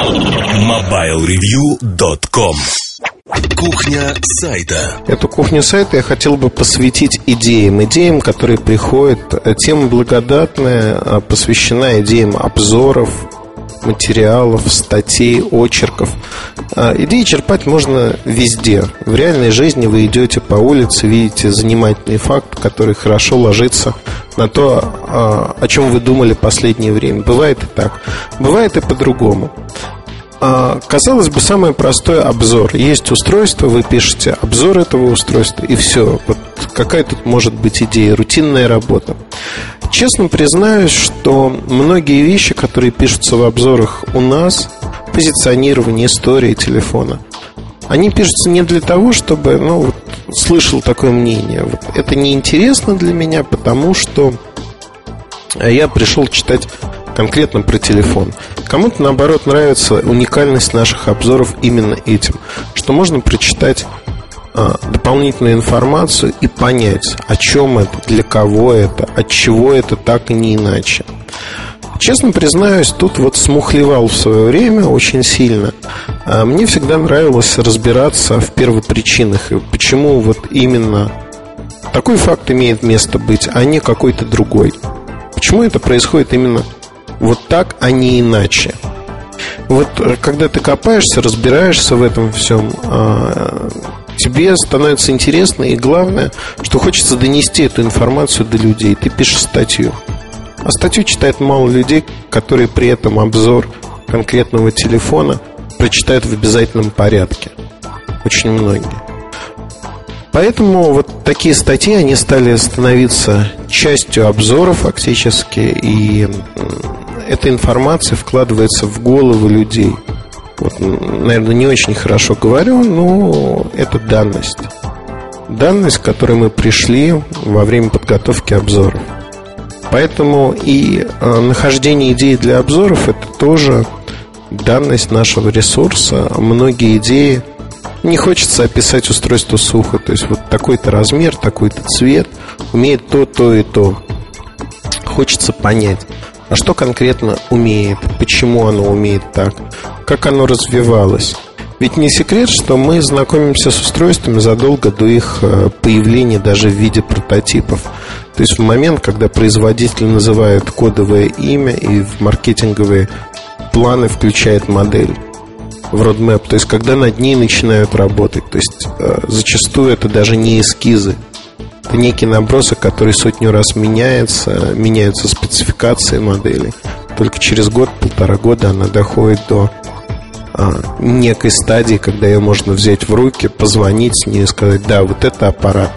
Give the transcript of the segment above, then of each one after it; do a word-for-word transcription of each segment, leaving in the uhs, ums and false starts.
мобайл ревью точка ком. Кухня сайта. Эту кухню сайта я хотел бы посвятить идеям. Идеям, которые приходят. Тема благодатная посвящена идеям обзоров, материалов, статей, очерков. Идеи черпать можно везде. В реальной жизни вы идете по улице, видите занимательный факт, который хорошо ложится на то, о чем вы думали в последнее время. Бывает и так. Бывает и по-другому. Казалось бы, самое простое — обзор. Есть устройство, вы пишете обзор этого устройства, и все. Вот какая тут может быть идея? Рутинная работа. Честно признаюсь, что многие вещи, которые пишутся в обзорах у нас, позиционирование, история телефона, они пишутся не для того, чтобы, ну, вот, слышал такое мнение. Вот, это неинтересно для меня, потому что я пришел читать конкретно про телефон. Кому-то, наоборот, нравится уникальность наших обзоров именно этим, что можно прочитать а, дополнительную информацию и понять, о чем это, для кого это, от чего это, так и не иначе. Честно признаюсь, тут вот смухлевал в свое время очень сильно. а, Мне всегда нравилось разбираться в первопричинах, и почему вот именно такой факт имеет место быть, а не какой-то другой. Почему это происходит именно вот так, а не иначе. Вот когда ты копаешься, разбираешься в этом всем, тебе становится интересно, и главное, что хочется донести эту информацию до людей. Ты пишешь статью, а статью читает мало людей, которые при этом обзор конкретного телефона прочитают в обязательном порядке. Очень многие. Поэтому вот такие статьи, они стали становиться частью обзора фактически, и эта информация вкладывается в головы людей. Вот, наверное, не очень хорошо говорю, но это данность. Данность, к которой мы пришли во время подготовки обзоров. Поэтому и э, нахождение идей для обзоров — это тоже данность нашего ресурса. Многие идеи не хочется описать устройство сухо. То есть вот такой-то размер, такой-то цвет, умеет то, то и то. Хочется понять, а что конкретно умеет, почему оно умеет так, как оно развивалось. Ведь не секрет, что мы знакомимся с устройствами задолго до их появления даже в виде прототипов. То есть в момент, когда производитель называет кодовое имя и в маркетинговые планы включает модель в roadmap, то есть когда над ней начинают работать. То есть зачастую это даже не эскизы. Это некий набросок, который сотню раз меняется, меняются спецификации модели. Только через год, полтора года она доходит до а, некой стадии, когда ее можно взять в руки, позвонить с ней и сказать: да, вот это аппарат.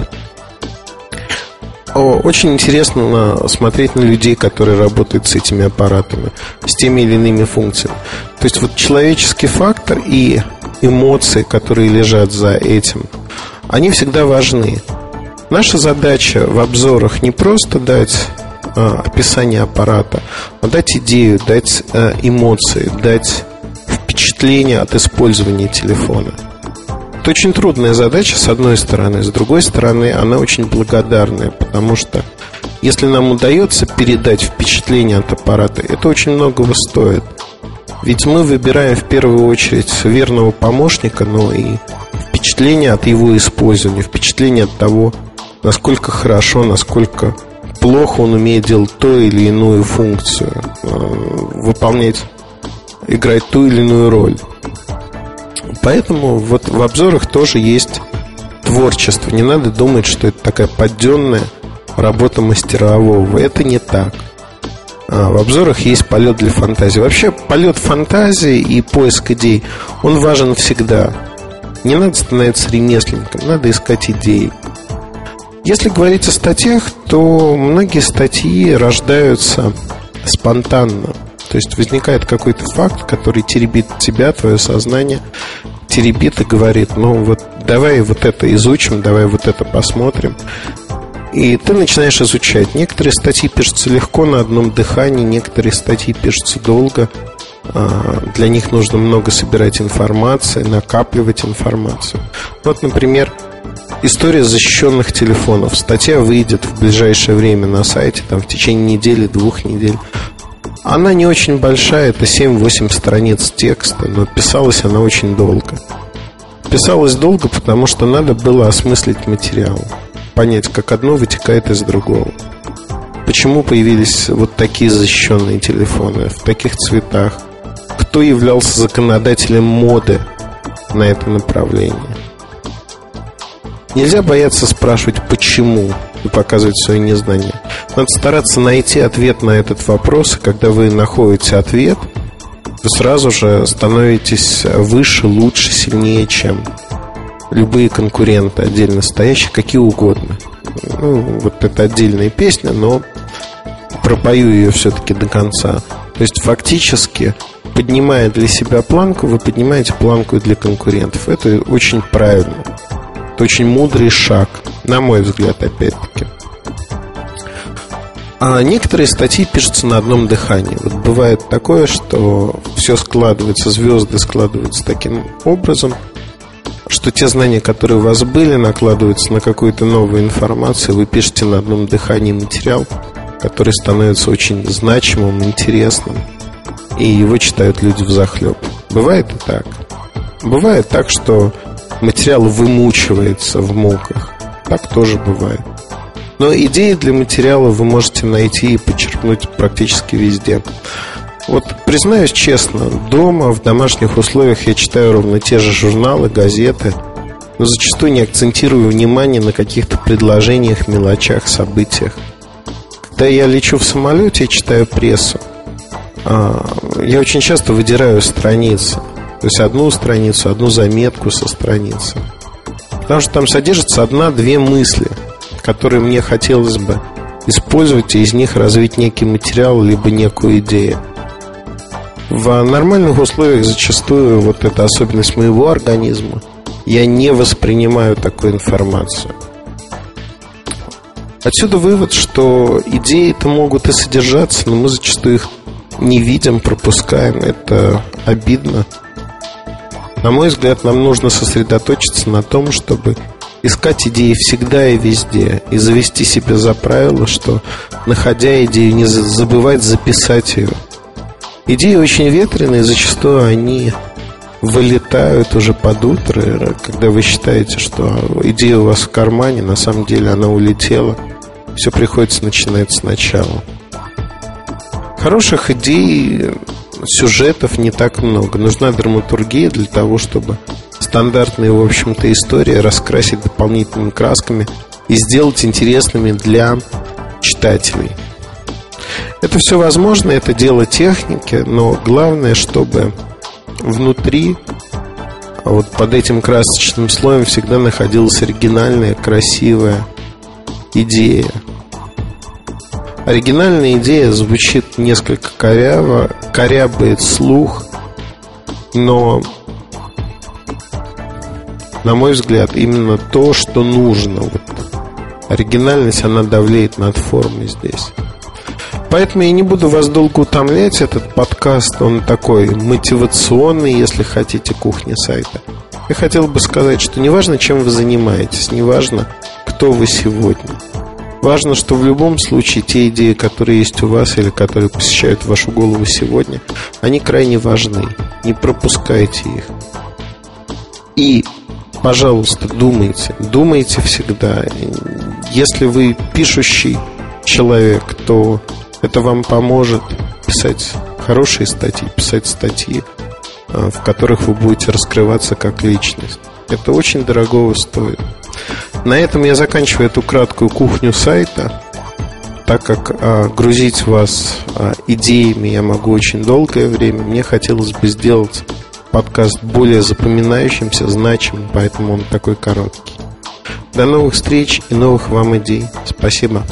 О, очень интересно смотреть на людей, которые работают с этими аппаратами, с теми или иными функциями. То есть вот человеческий фактор и эмоции, которые лежат за этим, они всегда важны. Наша задача в обзорах не просто дать а, описание аппарата, а дать идею, дать а, эмоции, дать впечатление от использования телефона. Это очень трудная задача, с одной стороны. С другой стороны, она очень благодарная, потому что если нам удается передать впечатление от аппарата, это очень многого стоит. Ведь мы выбираем в первую очередь верного помощника, но и впечатление от его использования, впечатление от того, насколько хорошо, насколько плохо он умеет делать ту или иную функцию, выполнять, играть ту или иную роль. Поэтому вот в обзорах тоже есть творчество. Не надо думать, что это такая подденная работа мастерового. Это не так. а В обзорах есть полет для фантазии. Вообще полет фантазии и поиск идей, он важен всегда. Не надо становиться ремесленником, надо искать идеи. Если говорить о статьях, то многие статьи рождаются спонтанно. То есть возникает какой-то факт, который теребит тебя, твое сознание, теребит и говорит: ну вот давай вот это изучим, давай вот это посмотрим. И ты начинаешь изучать. Некоторые статьи пишутся легко, на одном дыхании, некоторые статьи пишутся долго. Для них нужно много собирать информации, накапливать информацию. Вот, например, история защищенных телефонов. Статья выйдет в ближайшее время на сайте, там, в течение недели, двух недель. Она не очень большая, это семь-восемь страниц текста, но писалась она очень долго. Писалась долго, потому что надо было осмыслить материал, понять, как одно вытекает из другого. Почему появились вот такие защищенные телефоны в таких цветах? Кто являлся законодателем моды на это направление? Нельзя бояться спрашивать «почему?» и показывать свое незнание. Надо стараться найти ответ на этот вопрос, и когда вы находите ответ, вы сразу же становитесь выше, лучше, сильнее, чем любые конкуренты, отдельно стоящие, какие угодно. Ну, вот это отдельная песня, но пропою ее все-таки до конца. То есть фактически, поднимая для себя планку, вы поднимаете планку и для конкурентов. Это очень правильно. Это очень мудрый шаг, на мой взгляд, опять-таки. А некоторые статьи пишутся на одном дыхании. Вот бывает такое, что все складывается, звезды складываются таким образом, что те знания, которые у вас были, накладываются на какую-то новую информацию. Вы пишете на одном дыхании материал, который становится очень значимым, интересным, и его читают люди взахлеб. Бывает и так. Бывает так, что материал вымучивается в муках. Так тоже бывает. Но идеи для материала вы можете найти и почерпнуть практически везде. Вот признаюсь честно, дома, в домашних условиях я читаю ровно те же журналы, газеты, но зачастую не акцентирую внимание на каких-то предложениях, мелочах, событиях. Когда я лечу в самолете и читаю прессу, я очень часто выдираю страницы. То есть одну страницу, одну заметку со страницы. Потому что там содержится одна-две мысли, которые мне хотелось бы использовать и из них развить некий материал, либо некую идею. В нормальных условиях зачастую, вот эта особенность моего организма, я не воспринимаю такую информацию. Отсюда вывод, что идеи-то могут и содержаться, но мы зачастую их не видим, пропускаем. Это обидно. На мой взгляд, нам нужно сосредоточиться на том, чтобы искать идеи всегда и везде, и завести себе за правило, что, находя идею, не забывать записать ее. Идеи очень ветреные, зачастую они вылетают уже под утро, когда вы считаете, что идея у вас в кармане, на самом деле она улетела. Все приходится начинать сначала. Хороших идей, сюжетов не так много. Нужна драматургия для того, чтобы стандартные, в общем-то, истории раскрасить дополнительными красками и сделать интересными для читателей. Это все возможно, это дело техники, но главное, чтобы внутри, вот под этим красочным слоем, всегда находилась оригинальная, красивая идея. Оригинальная идея звучит несколько коряво, корябает слух, но, на мой взгляд, именно то, что нужно. Вот оригинальность, она давлеет над формой здесь. Поэтому я не буду вас долго утомлять. Этот подкаст, он такой мотивационный, если хотите, кухня сайта. Я хотел бы сказать, что неважно, чем вы занимаетесь, неважно, кто вы сегодня, важно, что в любом случае те идеи, которые есть у вас или которые посещают вашу голову сегодня, они крайне важны. Не пропускайте их. И, пожалуйста, думайте. Думайте всегда. Если вы пишущий человек, то это вам поможет писать хорошие статьи, писать статьи, в которых вы будете раскрываться как личность. Это очень дорогого стоит. На этом я заканчиваю эту краткую кухню сайта, так как а, грузить вас а, идеями я могу очень долгое время. Мне хотелось бы сделать подкаст более запоминающимся, значимым, поэтому он такой короткий. До новых встреч и новых вам идей. Спасибо.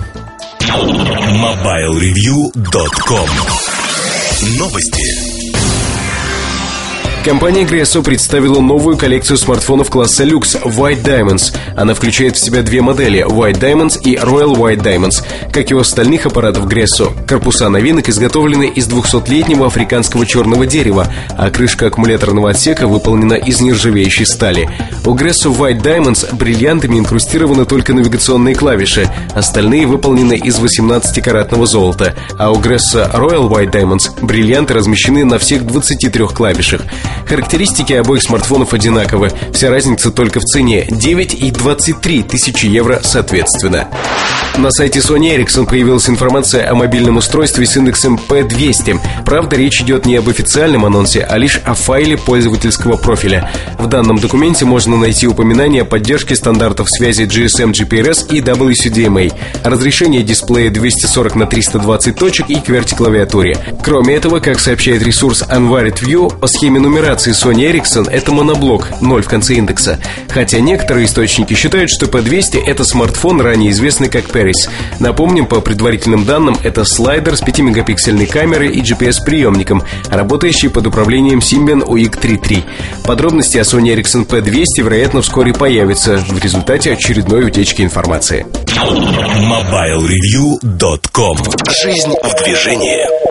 мобайл ревью точка ком. Новости. Компания Gresso представила новую коллекцию смартфонов класса люкс White Diamonds. Она включает в себя две модели White Diamonds и Royal White Diamonds. Как и у остальных аппаратов Gresso, корпуса новинок изготовлены из двухсотлетнего африканского черного дерева, а крышка аккумуляторного отсека выполнена из нержавеющей стали. У Gresso White Diamonds бриллиантами инкрустированы только навигационные клавиши, остальные выполнены из восемнадцатикаратного золота, а у Gresso Royal White Diamonds бриллианты размещены на всех двадцати трёх клавишах. Характеристики обоих смартфонов одинаковы, вся разница только в цене — девять и двадцать три тысячи евро соответственно. На сайте Sony Ericsson появилась информация о мобильном устройстве с индексом пи двести. Правда, речь идет не об официальном анонсе, а лишь о файле пользовательского профиля. В данном документе можно найти упоминание о поддержке стандартов связи джи эс эм джи пи ар эс и дабл ю си ди эм эй, разрешение дисплея двести сорок на триста двадцать точек и QWERTY-клавиатуре. Кроме этого, как сообщает ресурс Unwired View, по схеме нумерации Sony Ericsson это моноблок, ноль в конце индекса. Хотя некоторые источники считают, что пи двести — это смартфон, ранее известный как Paris. Напомним, по предварительным данным, это слайдер с пятимегапиксельной камерой и джи пи эс-приемником, работающий под управлением Symbian у икс три три. Подробности о Sony Ericsson пи двести, вероятно, вскоре появятся в результате очередной утечки информации. мобайл ревью точка ком. Жизнь в движении.